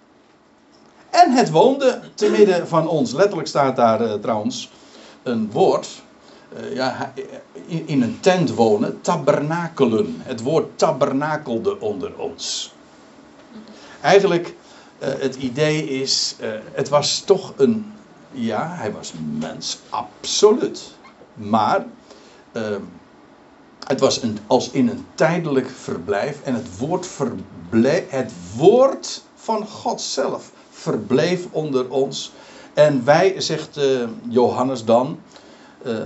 En het woonde te midden van ons. Letterlijk staat daar uh, trouwens een woord. Uh, ja, in, in een tent wonen, tabernakelen. Het woord tabernakelde onder ons. Eigenlijk, uh, het idee is, uh, het was toch een... Ja, hij was mens, absoluut. Maar uh, het was een, als in een tijdelijk verblijf. En het woord, verbleef, het woord van God zelf verbleef onder ons. En wij, zegt uh, Johannes dan, uh,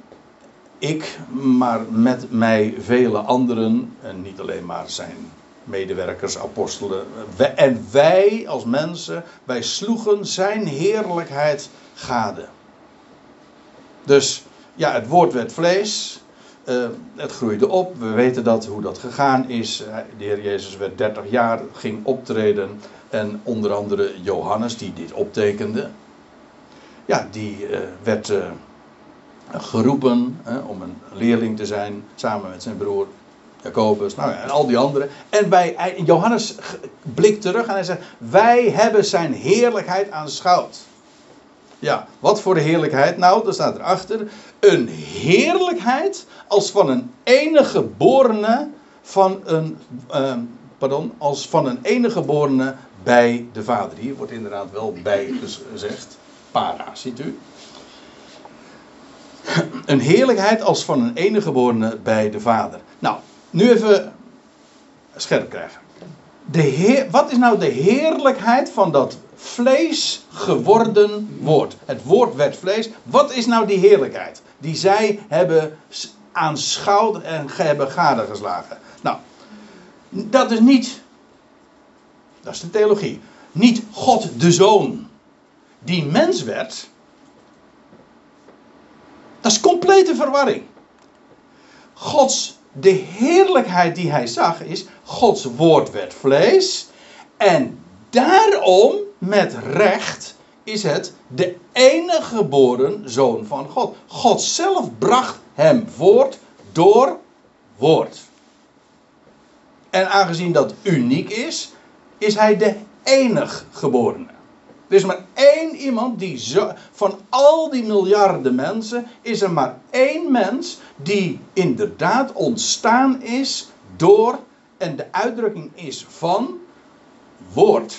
ik, maar met mij vele anderen, en niet alleen maar zijn medewerkers, apostelen, wij, en wij als mensen, wij sloegen zijn heerlijkheid gade. Dus ja, het woord werd vlees. Uh, het groeide op. We weten dat, hoe dat gegaan is. De Heer Jezus werd dertig jaar, ging optreden. En onder andere Johannes, die dit optekende. Ja, die uh, werd uh, geroepen uh, om een leerling te zijn. Samen met zijn broer Jacobus. Nou ja, en al die anderen. En bij Johannes blikt terug en hij zegt, wij hebben zijn heerlijkheid aanschouwd. Ja, wat voor de heerlijkheid? Nou, daar staat erachter. Een heerlijkheid als van een enige geborene van een, uh, pardon, als van een enige geborene bij de Vader. Hier wordt inderdaad wel bij gezegd. Para, ziet u? Een heerlijkheid als van een enige geborene bij de Vader. Nou, nu even scherp krijgen. De heer, wat is nou de heerlijkheid van dat vlees geworden woord? Het woord werd vlees. Wat is nou die heerlijkheid die zij hebben aanschouwd en hebben gadegeslagen? Nou, dat is niet, dat is de theologie, niet God de Zoon die mens werd. Dat is complete verwarring. Gods, de heerlijkheid die hij zag is, Gods woord werd vlees en daarom met recht is het de enige geboren zoon van God. God zelf bracht hem voort door woord. En aangezien dat uniek is, is hij de enige geborene. Er is maar één iemand die zo, van al die miljarden mensen, is er maar één mens die inderdaad ontstaan is door, en de uitdrukking is van, woord.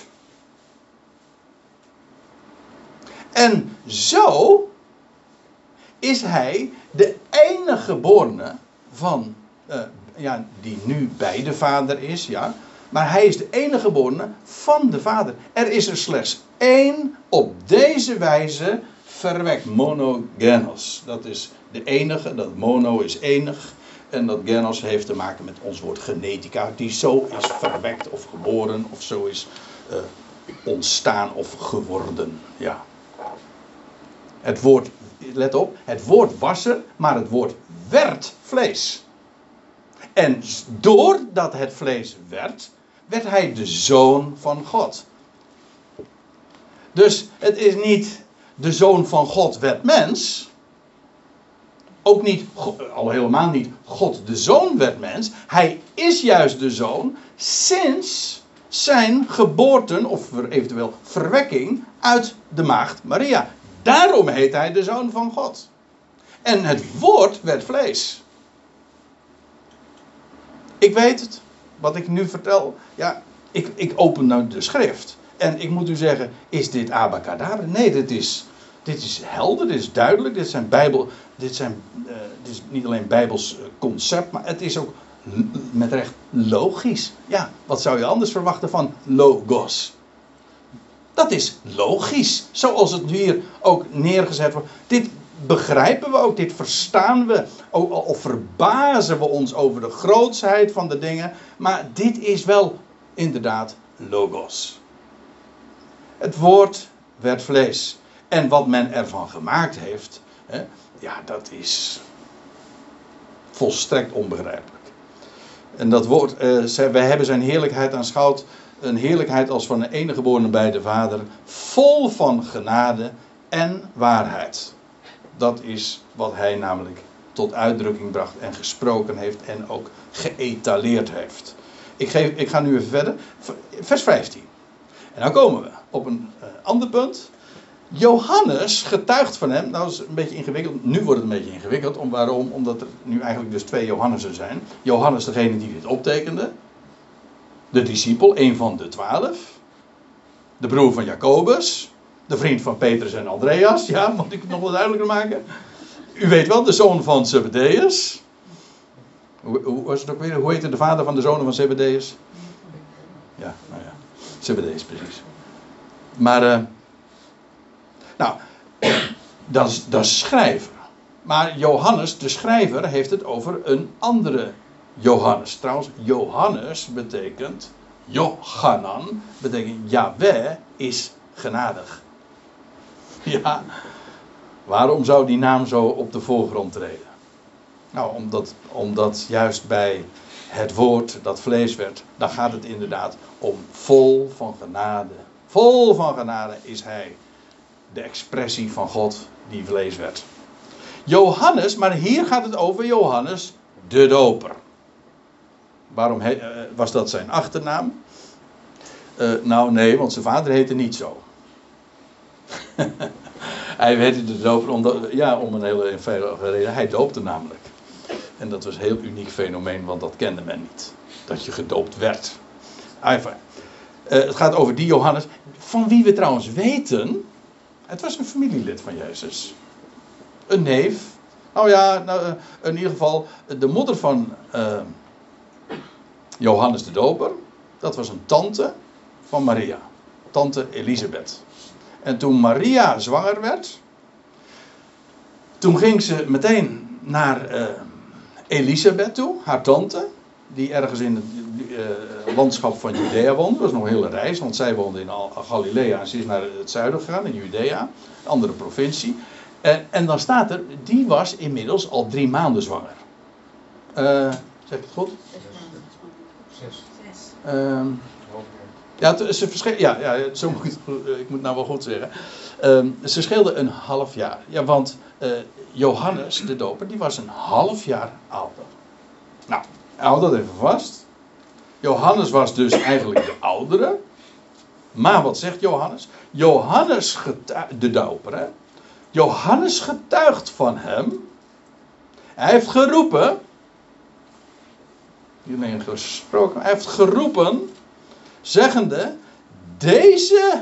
En zo is hij de enige geborene van, uh, ja, die nu bij de Vader is, ja. Maar hij is de enige geborene van de Vader. Er is er slechts één op deze wijze verwekt. Monogenos. Dat is de enige. Dat mono is enig. En dat genos heeft te maken met ons woord genetica. Die zo is verwekt of geboren. Of zo is uh, ontstaan of geworden. Ja. Het woord, let op. Het woord was er. Maar het woord werd vlees. En doordat het vlees werd, werd hij de zoon van God. Dus het is niet de zoon van God werd mens. Ook niet, al helemaal niet, God de zoon werd mens. Hij is juist de zoon sinds zijn geboorte, of eventueel verwekking, uit de maagd Maria. Daarom heet hij de zoon van God. En het woord werd vlees. Ik weet het, wat ik nu vertel. Ja, ik, ik open nou de schrift. En ik moet u zeggen, is dit abacadabra? Nee, dit is, dit is helder, dit is duidelijk. Dit zijn Bijbel, dit, zijn, uh, dit is niet alleen Bijbels concept, maar het is ook met recht logisch. Ja, wat zou je anders verwachten van logos? Dat is logisch, zoals het hier ook neergezet wordt. Dit begrijpen we ook, dit verstaan we. Of verbazen we ons over de grootsheid van de dingen. Maar dit is wel inderdaad logos. Het woord werd vlees. En wat men ervan gemaakt heeft, hè, ja, dat is volstrekt onbegrijpelijk. En dat woord, uh, wij hebben zijn heerlijkheid aanschouwd. Een heerlijkheid als van een enige geborene bij de Vader. Vol van genade en waarheid. Dat is wat hij namelijk tot uitdrukking bracht en gesproken heeft en ook geëtaleerd heeft. Ik, geef, ik ga nu even verder. Vers vijftien. En dan komen we op een uh, ander punt. Johannes getuigt van hem. Nou, dat is een beetje ingewikkeld. Nu wordt het een beetje ingewikkeld. Om, waarom? Omdat er nu eigenlijk dus twee Johannessen zijn. Johannes, degene die dit optekende. De discipel, een van de twaalf. De broer van Jacobus. De vriend van Petrus en Andreas. Ja, moet ik het nog wat duidelijker maken? U weet wel, de zoon van Zebedeus. Hoe, hoe was het ook weer? Hoe heette de vader van de zonen van Zebedeus? Ja, nou ja. Zebedeus, precies. Maar, uh, nou, dat is, dat is schrijver. Maar Johannes, de schrijver, heeft het over een andere Johannes. Trouwens, Johannes betekent, Jochanan, betekent Yahweh is genadig. Ja, waarom zou die naam zo op de voorgrond treden? Nou, omdat, omdat juist bij het woord dat vlees werd, dan gaat het inderdaad om vol van genade. Vol van genade is hij de expressie van God die vlees werd. Johannes, maar hier gaat het over Johannes de Doper. Waarom he, uh, was dat zijn achternaam? Uh, nou nee, want zijn vader heette niet zo. Hij heette de Doper omdat, ja, om een hele eenvoudige reden. Hij doopte namelijk. En dat was een heel uniek fenomeen, want dat kende men niet. Dat je gedoopt werd. Enfin, uh, het gaat over die Johannes. Van wie we trouwens weten. Het was een familielid van Jezus. Een neef. Nou ja, nou, uh, in ieder geval de moeder van uh, Johannes de Doper. Dat was een tante van Maria. Tante Elisabeth. En toen Maria zwanger werd. Toen ging ze meteen naar uh, Elisabeth toe. Haar tante. Die ergens in het uh, landschap van Judea woonde. Dat was nog een hele reis. Want zij woonde in Galilea. En ze is naar het zuiden gegaan. In Judea. Een andere provincie. En, en dan staat er. Die was inmiddels al drie maanden zwanger. Uh, zeg ik het goed? Zes. Uh, ja, ze verschil, ja, ja, zo moet ik, het, ik moet nou wel goed zeggen. Uh, ze scheelden een half jaar. Ja, want uh, Johannes de Doper, die was een half jaar ouder. Nou, hou dat even vast. Johannes was dus eigenlijk de oudere. Maar wat zegt Johannes? Johannes getuigt, de Doper, hè? Johannes getuigt van hem. Hij heeft geroepen. Niet alleen gesproken, hij heeft geroepen. Zeggende, deze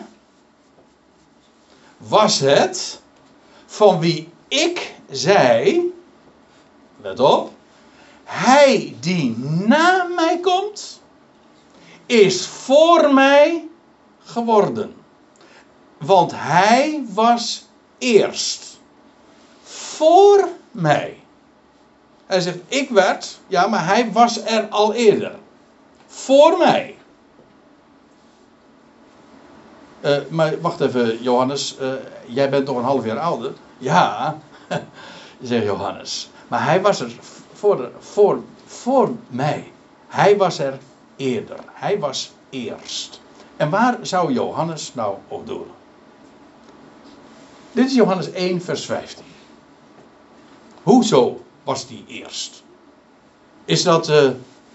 was het van wie ik zei, let op, hij die na mij komt, is voor mij geworden. Want hij was eerst voor mij. Hij zegt, ik werd, ja, maar hij was er al eerder. Voor mij. Uh, maar wacht even, Johannes, uh, jij bent toch een half jaar ouder? Ja, zegt Johannes. Maar hij was er voor, voor, voor mij. Hij was er eerder. Hij was eerst. En waar zou Johannes nou op doelen? Dit is Johannes één vers vijftien. Hoezo was die eerst? Is dat uh,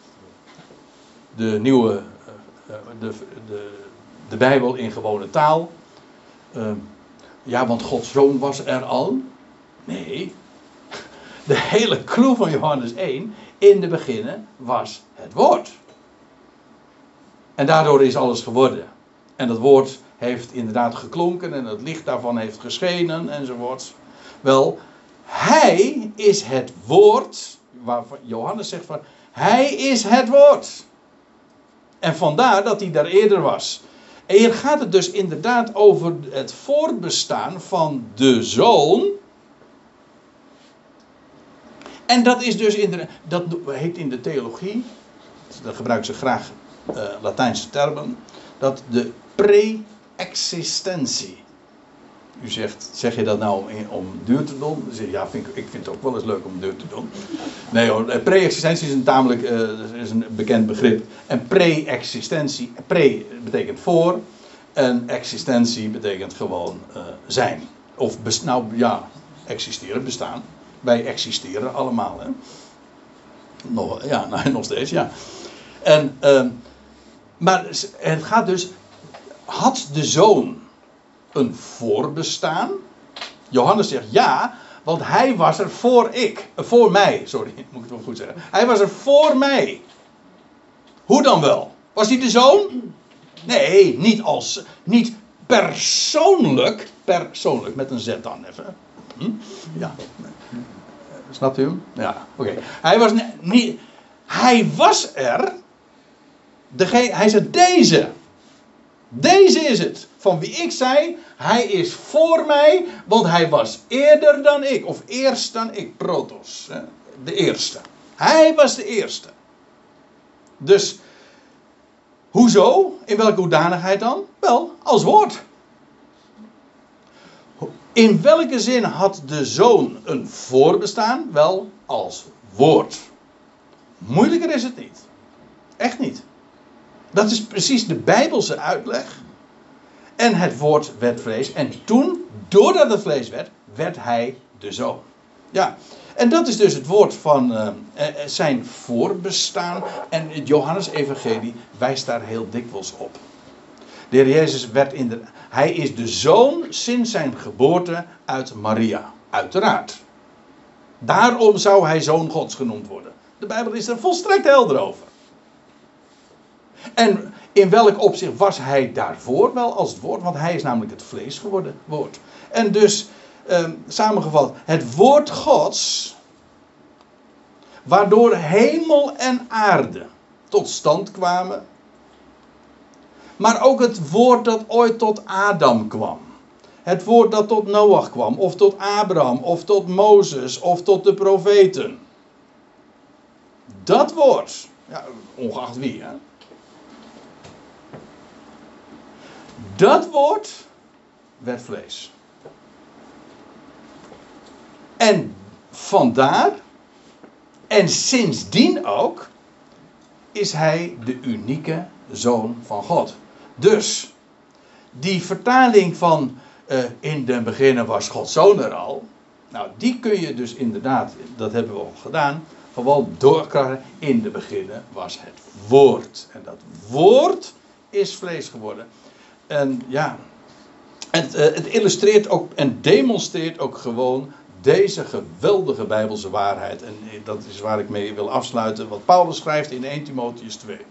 de nieuwe, uh, de, de, de Bijbel in gewone taal? Uh, ja, want Gods zoon was er al. Nee. De hele clue van Johannes één, in de beginnen was het woord. En daardoor is alles geworden. En dat woord heeft inderdaad geklonken en het licht daarvan heeft geschenen enzovoort. Wel, hij is het woord, waarvan Johannes zegt van, hij is het woord. En vandaar dat hij daar eerder was. En hier gaat het dus inderdaad over het voortbestaan van de Zoon. En dat is dus in de, dat heet in de theologie, daar gebruiken ze graag uh, Latijnse termen, dat de pre-existentie. U zegt, zeg je dat nou in, om duur te doen? Dan zeg je, ja, vind ik, ik vind het ook wel eens leuk om duur te doen. Nee hoor, pre-existentie is een tamelijk uh, is een bekend begrip. En pre-existentie, pre betekent voor. En existentie betekent gewoon uh, zijn. Of, bes, nou ja, existeren, bestaan. Wij existeren allemaal, hè. Nog, ja, nou, nog steeds, ja. En, uh, maar het gaat dus, had de Zoon een voorbestaan? Johannes zegt ja, want hij was er voor ik. Voor mij, sorry, moet ik het wel goed zeggen. Hij was er voor mij. Hoe dan wel? Was hij de Zoon? Nee, niet als, niet persoonlijk, persoonlijk, met een Z dan even. Hm? Ja. Snapt u hem? Ja, oké. Okay. Hij was ne- niet, hij was er. Degene, hij zei deze. Deze is het. Van wie ik zei, hij is voor mij, want hij was eerder dan ik. Of eerst dan ik. Protos. Hè? De eerste. Hij was de eerste. Dus, hoezo? In welke hoedanigheid dan? Wel, als woord. In welke zin had de Zoon een voorbestaan? Wel, als woord. Moeilijker is het niet. Echt niet. Dat is precies de Bijbelse uitleg. En het woord werd vlees. En toen, doordat het vlees werd, werd hij de Zoon. Ja, en dat is dus het woord van uh, zijn voorbestaan. En het Johannes-evangelie wijst daar heel dikwijls op. De Heer Jezus werd in de... Hij is de Zoon sinds zijn geboorte uit Maria. Uiteraard. Daarom zou hij Zoon Gods genoemd worden. De Bijbel is er volstrekt helder over. En in welk opzicht was hij daarvoor? Wel als het woord, want hij is namelijk het vlees geworden woord. En dus, eh, samengevat, het woord Gods, waardoor hemel en aarde tot stand kwamen. Maar ook het woord dat ooit tot Adam kwam. Het woord dat tot Noach kwam, of tot Abraham, of tot Mozes, of tot de profeten. Dat woord, ja, ongeacht wie, hè. Dat woord werd vlees. En vandaar, en sindsdien ook, is hij de unieke Zoon van God. Dus, die vertaling van uh, in den beginnen was Gods Zoon er al. Nou, die kun je dus inderdaad, dat hebben we al gedaan, gewoon doorkrachten. In de beginnen was het woord. En dat woord is vlees geworden. En ja, het, uh, het illustreert ook en demonstreert ook gewoon deze geweldige Bijbelse waarheid. En dat is waar ik mee wil afsluiten. Wat Paulus schrijft in eerste Timotheüs twee.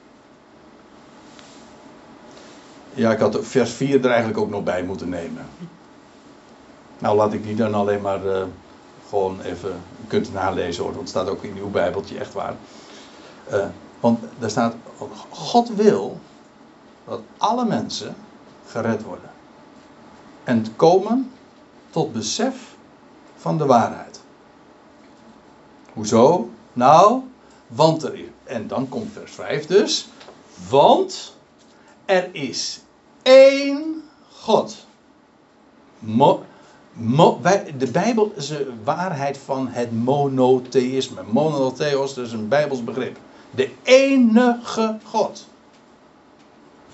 Ja, ik had vers vier er eigenlijk ook nog bij moeten nemen. Nou, laat ik die dan alleen maar uh, gewoon even... U kunt het nalezen hoor, want het staat ook in uw Bijbeltje, echt waar. Uh, want daar staat... God wil dat alle mensen gered worden. En komen tot besef van de waarheid. Hoezo? Nou, want er is... En dan komt vers vijf dus. Want er is één God. Mo, mo, wij, de Bijbel is de waarheid van het monotheïsme. Monotheos, dus een Bijbels begrip. De enige God.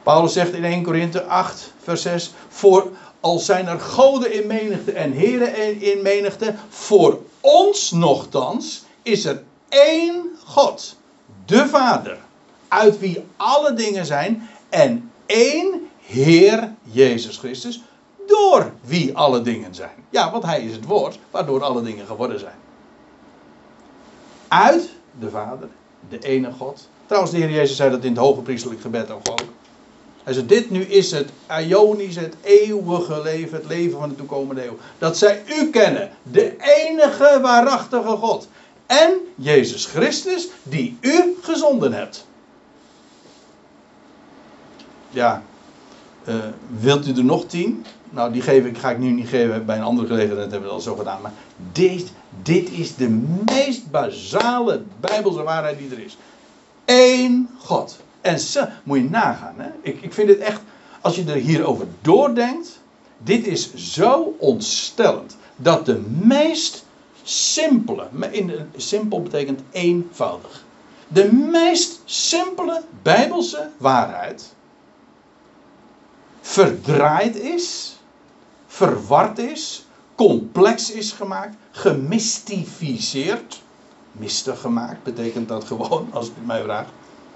Paulus zegt in eerste Korinthe acht, vers zes. Voor al zijn er goden in menigte en heren in menigte. Voor ons nochtans is er één God. De Vader. Uit wie alle dingen zijn. En één Heer Jezus Christus. Door wie alle dingen zijn. Ja, want hij is het woord waardoor alle dingen geworden zijn. Uit de Vader. De ene God. Trouwens, de Heer Jezus zei dat in het hoge priesterlijk gebed ook. Hij zei, dit nu is het aionisch, het eeuwige leven, het leven van de toekomende eeuw. Dat zij u kennen, de enige waarachtige God. En Jezus Christus, die u gezonden hebt. Ja, uh, wilt u er nog tien? Nou, die geef ik, ga ik nu niet geven, bij een andere gelegenheid hebben we dat al zo gedaan. Maar dit, dit is de meest basale Bijbelse waarheid die er is. Eén God. En zo, moet je nagaan. Hè? Ik, ik vind het echt, als je er hierover doordenkt. Dit is zo ontstellend. Dat de meest simpele. In, simpel betekent eenvoudig. De meest simpele Bijbelse waarheid. Verdraaid is. Verward is. Complex is gemaakt. Gemystificeerd. Mistig gemaakt betekent dat gewoon, als het mij vraagt.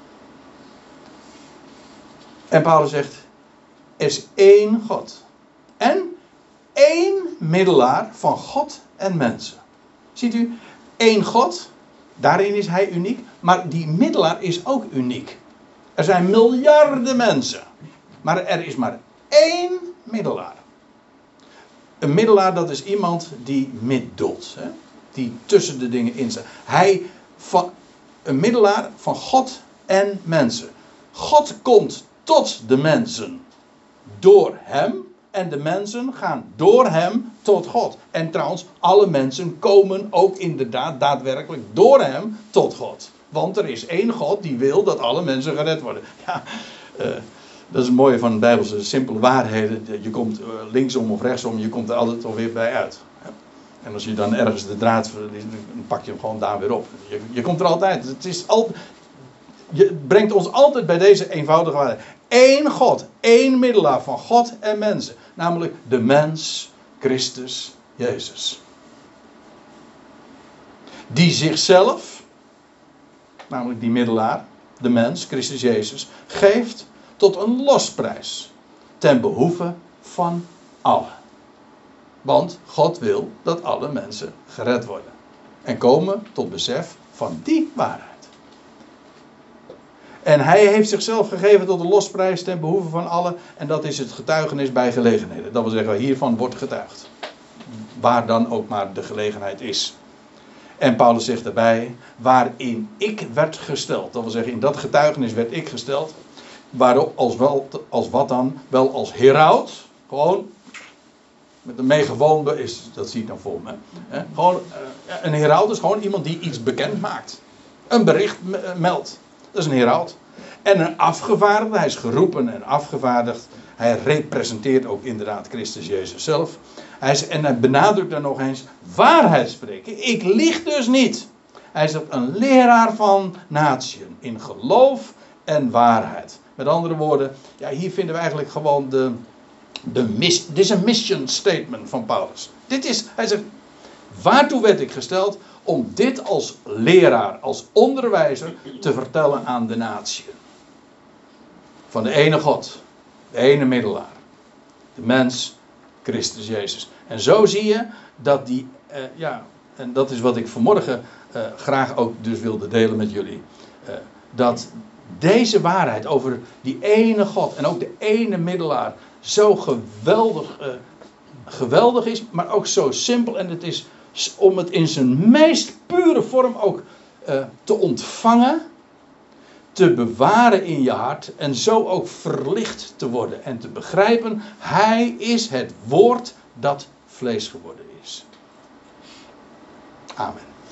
En Paulus zegt, er is één God. En één middelaar van God en mensen. Ziet u, één God, daarin is hij uniek. Maar die middelaar is ook uniek. Er zijn miljarden mensen. Maar er is maar één middelaar. Een middelaar, dat is iemand die middelt. Hè? Die tussen de dingen in staat. Hij, van, een middelaar van God en mensen. God komt tot de mensen door hem. En de mensen gaan door hem tot God. En trouwens, alle mensen komen ook inderdaad daadwerkelijk door hem tot God. Want er is één God die wil dat alle mensen gered worden. Ja, uh, dat is het mooie van de Bijbelse simpele waarheden. Je komt uh, linksom of rechtsom, je komt er altijd alweer bij uit. En als je dan ergens de draad verliest, dan pak je hem gewoon daar weer op. Je, je komt er altijd. Het is altijd. Je brengt ons altijd bij deze eenvoudige waarheid. Eén God, één middelaar van God en mensen. Namelijk de mens, Christus, Jezus. Die zichzelf, namelijk die middelaar, de mens, Christus Jezus, geeft tot een losprijs. Ten behoeve van allen. Want God wil dat alle mensen gered worden. En komen tot besef van die waarheid. En hij heeft zichzelf gegeven tot een losprijs ten behoeve van allen. En dat is het getuigenis bij gelegenheden. Dat wil zeggen, hiervan wordt getuigd. Waar dan ook maar de gelegenheid is. En Paulus zegt daarbij, waarin ik werd gesteld. Dat wil zeggen, in dat getuigenis werd ik gesteld. Waarop, als, wel, als wat dan? Wel als heraut. Gewoon. Met een megafoon is, dat zie ik dan voor me. He, gewoon, uh, een heraut is gewoon iemand die iets bekend maakt. Een bericht meldt. Dat is een heraut. En een afgevaardigde, hij is geroepen en afgevaardigd. Hij representeert ook inderdaad Christus Jezus zelf. Hij is, en hij benadrukt daar nog eens, waarheid spreken. Ik lieg dus niet. Hij is een leraar van natieën. In geloof en waarheid. Met andere woorden, ja, hier vinden we eigenlijk gewoon de... de mis, dit is een mission statement van Paulus. Dit is, hij zegt, waartoe werd ik gesteld? Om dit als leraar, als onderwijzer te vertellen aan de natie. Van de ene God, de ene middelaar. De mens, Christus Jezus. En zo zie je dat die, uh, ja, en dat is wat ik vanmorgen uh, graag ook dus wilde delen met jullie. Uh, dat deze waarheid over die ene God en ook de ene middelaar zo geweldig, uh, geweldig is, maar ook zo simpel. En het is om het in zijn meest pure vorm ook uh, te ontvangen, te bewaren in je hart en zo ook verlicht te worden en te begrijpen, hij is het woord dat vlees geworden is. Amen.